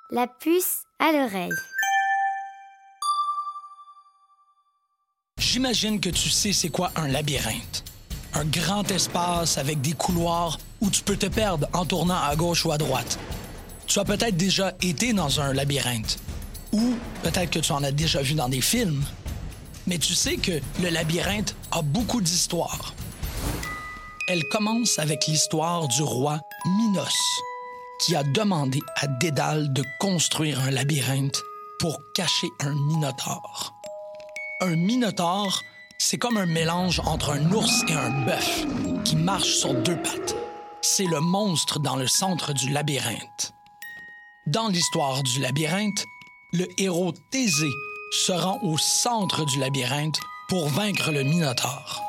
La puce à l'oreille. J'imagine que tu sais c'est quoi un labyrinthe. Un grand espace avec des couloirs où tu peux te perdre en tournant à gauche ou à droite. Tu as peut-être déjà été dans un labyrinthe. Ou peut-être que tu en as déjà vu dans des films. Mais tu sais que le labyrinthe a beaucoup d'histoires. Elle commence avec l'histoire du roi Minos, qui a demandé à Dédale de construire un labyrinthe pour cacher un minotaure. Un minotaure, c'est comme un mélange entre un ours et un bœuf qui marche sur deux pattes. C'est le monstre dans le centre du labyrinthe. Dans l'histoire du labyrinthe, le héros Thésée se rend au centre du labyrinthe pour vaincre le minotaure.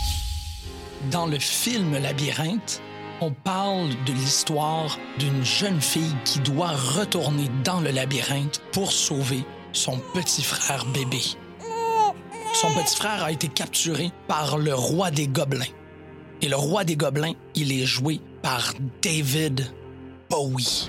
Dans le film Labyrinthe, on parle de l'histoire d'une jeune fille qui doit retourner dans le labyrinthe pour sauver son petit frère bébé. Son petit frère a été capturé par le roi des gobelins. Et le roi des gobelins, il est joué par David Bowie.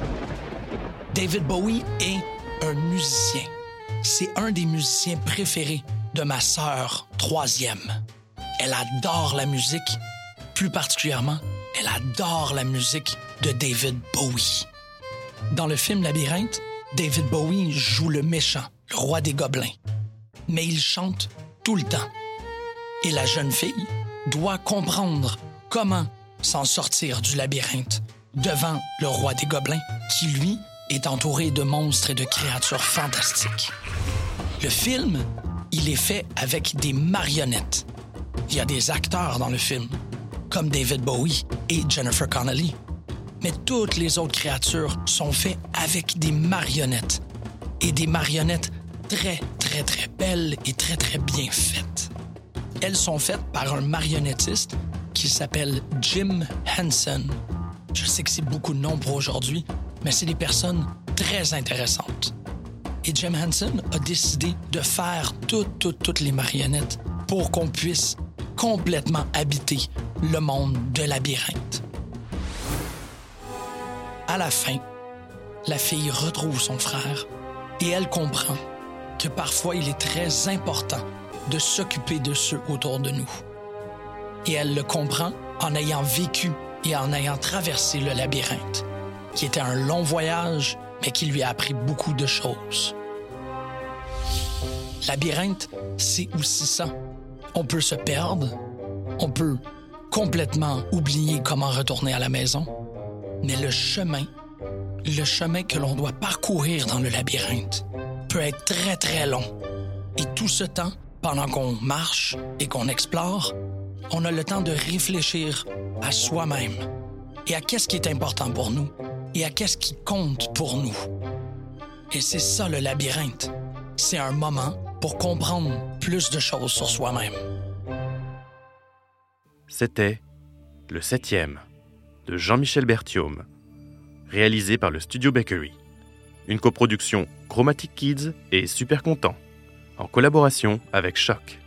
David Bowie est un musicien. C'est un des musiciens préférés de ma sœur troisième. Elle adore la musique, plus particulièrement, elle adore la musique de David Bowie. Dans le film Labyrinthe, David Bowie joue le méchant, le roi des gobelins. Mais il chante tout le temps. Et la jeune fille doit comprendre comment s'en sortir du labyrinthe devant le roi des gobelins, qui, lui, est entouré de monstres et de créatures fantastiques. Le film, il est fait avec des marionnettes. Il y a des acteurs dans le film, comme David Bowie et Jennifer Connelly. Mais toutes les autres créatures sont faites avec des marionnettes. Et des marionnettes très, très, très belles et très, très bien faites. Elles sont faites par un marionnettiste qui s'appelle Jim Henson. Je sais que c'est beaucoup de noms pour aujourd'hui, mais c'est des personnes très intéressantes. Et Jim Henson a décidé de faire toutes les marionnettes pour qu'on puisse complètement habiter le monde de Labyrinthe. À la fin, la fille retrouve son frère et elle comprend que parfois il est très important de s'occuper de ceux autour de nous. Et elle le comprend en ayant vécu et en ayant traversé le labyrinthe, qui était un long voyage, mais qui lui a appris beaucoup de choses. Labyrinthe, c'est aussi ça. On peut se perdre, on peut complètement oublier comment retourner à la maison, mais le chemin que l'on doit parcourir dans le labyrinthe peut être très, très long. Et tout ce temps, pendant qu'on marche et qu'on explore, on a le temps de réfléchir à soi-même et à qu'est-ce qui est important pour nous et à qu'est-ce qui compte pour nous. Et c'est ça le labyrinthe. C'est un moment pour comprendre plus de choses sur soi-même. C'était Le 7e de Jean-Michel Berthiaume, réalisé par le Studio Bakery. Une coproduction Chromatic Kids et Super Content, en collaboration avec Choc.